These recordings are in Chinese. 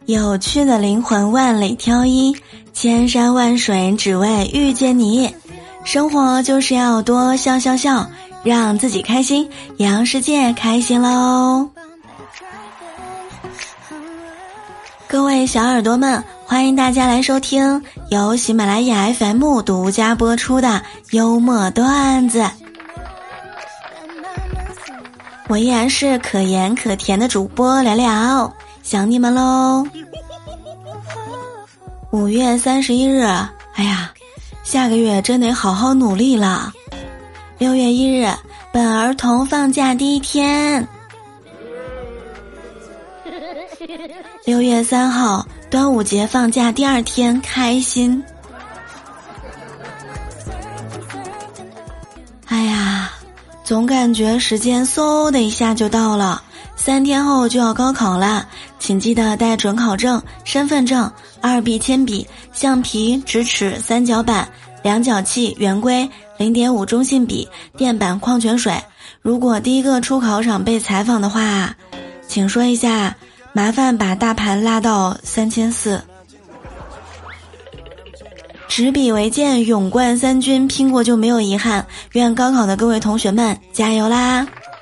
有趣的灵魂万里挑一，千山万水只为遇见你。生活就是要多笑笑笑，让自己开心，也让世界开心喽。各位小耳朵们，欢迎大家来收听由喜马拉雅 FM 独家播出的幽默段子。我依然是可盐可甜的主播聊聊，想你们喽。5月31日，哎呀，下个月真得好好努力了。6月1日，本儿童放假第一天。6月3号，端午节放假第2天，开心。哎呀，总感觉时间嗖的一下就到了，3天后就要高考了，请记得带准考证、身份证、2B 铅笔、橡皮、直尺、三角板、量角器、圆规、0.5 中性笔、垫板、矿泉水。如果第一个出考场被采访的话，请说一下，麻烦把大盘拉到3400。执笔为鉴，勇冠3军，拼过就没有遗憾。愿高考的各位同学们加油啦！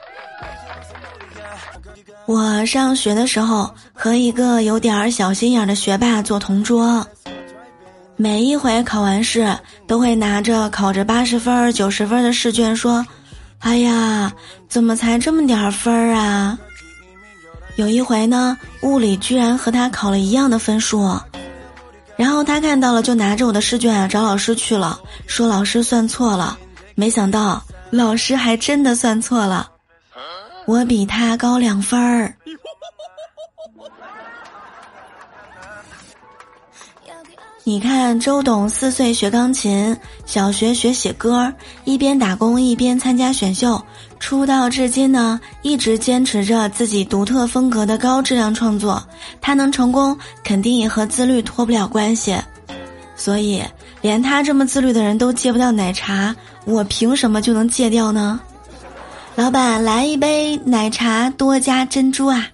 我上学的时候和一个有点小心眼的学霸做同桌，每一回考完试都会拿着考着80分、90分的试卷说：“哎呀，怎么才这么点分啊？”有一回呢，物理居然和他考了一样的分数，然后他看到了就拿着我的试卷找老师去了，说老师算错了。没想到老师还真的算错了，我比他高2分儿。你看周董4岁学钢琴，小学学写歌，一边打工一边参加选秀，出道至今呢，一直坚持着自己独特风格的高质量创作。他能成功，肯定也和自律脱不了关系。所以连他这么自律的人都戒不掉奶茶，我凭什么就能戒掉呢？老板，来一杯奶茶多加珍珠啊！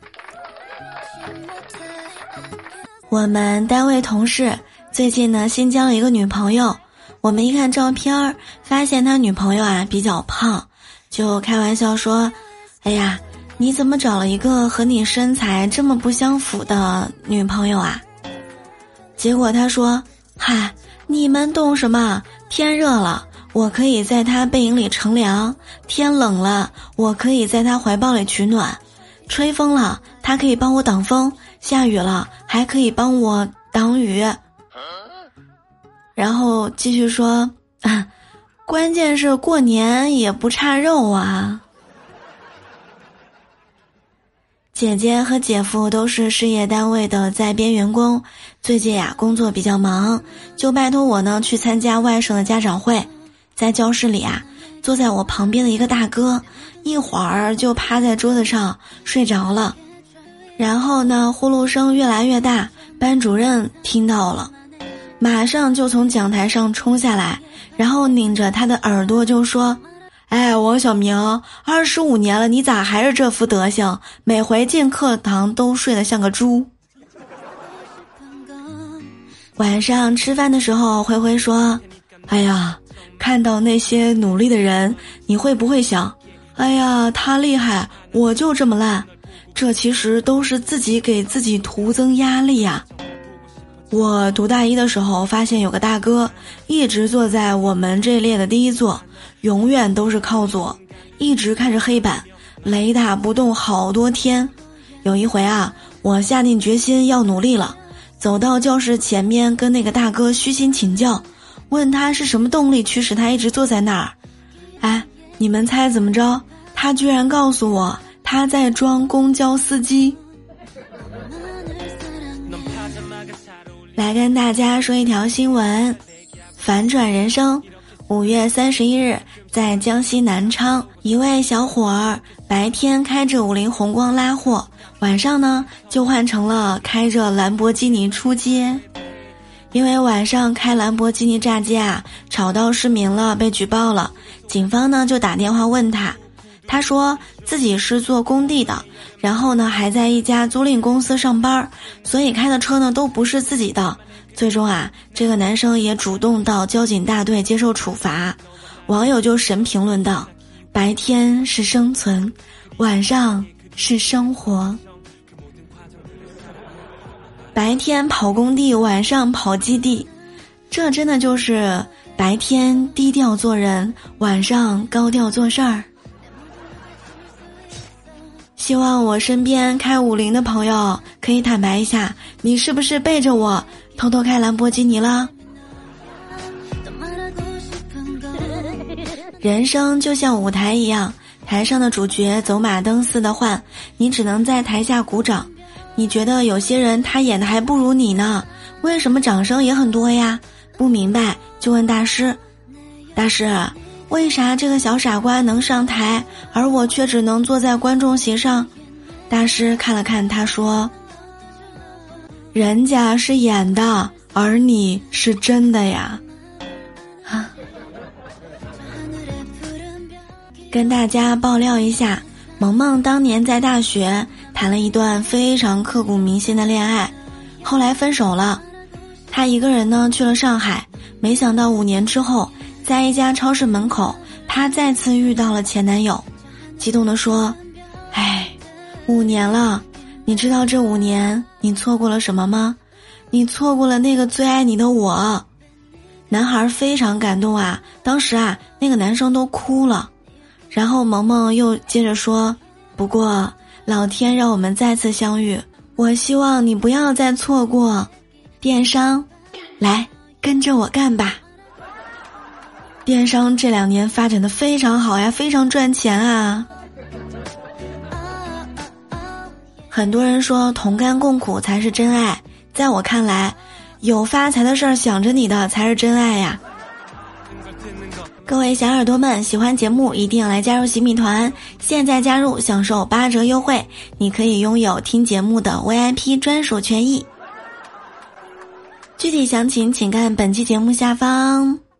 我们单位同事最近呢新交了一个女朋友，我们一看照片，发现他女朋友啊比较胖，就开玩笑说：“哎呀，你怎么找了一个和你身材这么不相符的女朋友啊？”结果他说：“嗨，你们懂什么？天热了，我可以在他背影里乘凉；天冷了，我可以在他怀抱里取暖；吹风了，他可以帮我挡风；下雨了，还可以帮我挡雨。”然后继续说：“关键是过年也不差肉啊。”姐姐和姐夫都是事业单位的在编员工，最近呀工作比较忙，就拜托我呢去参加外甥的家长会。在教室里啊，坐在我旁边的一个大哥，一会儿就趴在桌子上睡着了。然后呢，呼噜声越来越大，班主任听到了，马上就从讲台上冲下来，然后拧着他的耳朵就说：“哎，王小明，25年了，你咋还是这副德行？每回进课堂都睡得像个猪。”晚上吃饭的时候，灰灰说：“哎呀，看到那些努力的人，你会不会想，哎呀，他厉害，我就这么烂？这其实都是自己给自己徒增压力呀。”我读大一的时候，发现有个大哥一直坐在我们这列的第一座，永远都是靠左，一直看着黑板，雷打不动好多天。有一回啊，我下定决心要努力了，走到教室前面跟那个大哥虚心请教，问他是什么动力驱使他一直坐在那儿。哎，你们猜怎么着？他居然告诉我他在装公交司机。来跟大家说一条新闻，反转人生。5月31日，在江西南昌，一位小伙儿白天开着50宏光拉货，晚上呢就换成了开着兰博基尼出街。因为晚上开兰博基尼炸街啊，吵到市民了，被举报了。警方呢就打电话问他， 他说自己是做工地的，然后呢还在一家租赁公司上班，所以开的车呢都不是自己的。最终这个男生也主动到交警大队接受处罚。网友就神评论道：白天是生存，晚上是生活。白天跑工地，晚上跑基地，这真的就是白天低调做人，晚上高调做事儿。希望我身边开50的朋友可以坦白一下，你是不是背着我偷偷开兰博基尼了？人生就像舞台一样，台上的主角走马灯似的换，你只能在台下鼓掌。你觉得有些人他演的还不如你呢，为什么掌声也很多呀？不明白就问大师。大师，为啥这个小傻瓜能上台，而我却只能坐在观众席上？大师看了看他说，人家是演的，而你是真的呀。跟大家爆料一下，萌萌当年在大学谈了一段非常刻骨铭心的恋爱，后来分手了。她一个人呢去了上海，没想到5年之后，在一家超市门口，她再次遇到了前男友，激动地说：哎，5年了，你知道这5年你错过了什么吗？你错过了那个最爱你的我。男孩非常感动当时那个男生都哭了。然后萌萌又接着说，不过老天让我们再次相遇，我希望你不要再错过。电商，来跟着我干吧。电商这2年发展的非常好呀，非常赚钱很多人说同甘共苦才是真爱，在我看来，有发财的事儿想着你的才是真爱呀。各位小耳朵们，喜欢节目一定要来加入洗米团，现在加入享受8折优惠，你可以拥有听节目的 VIP 专属权益。具体详情请看本期节目下方。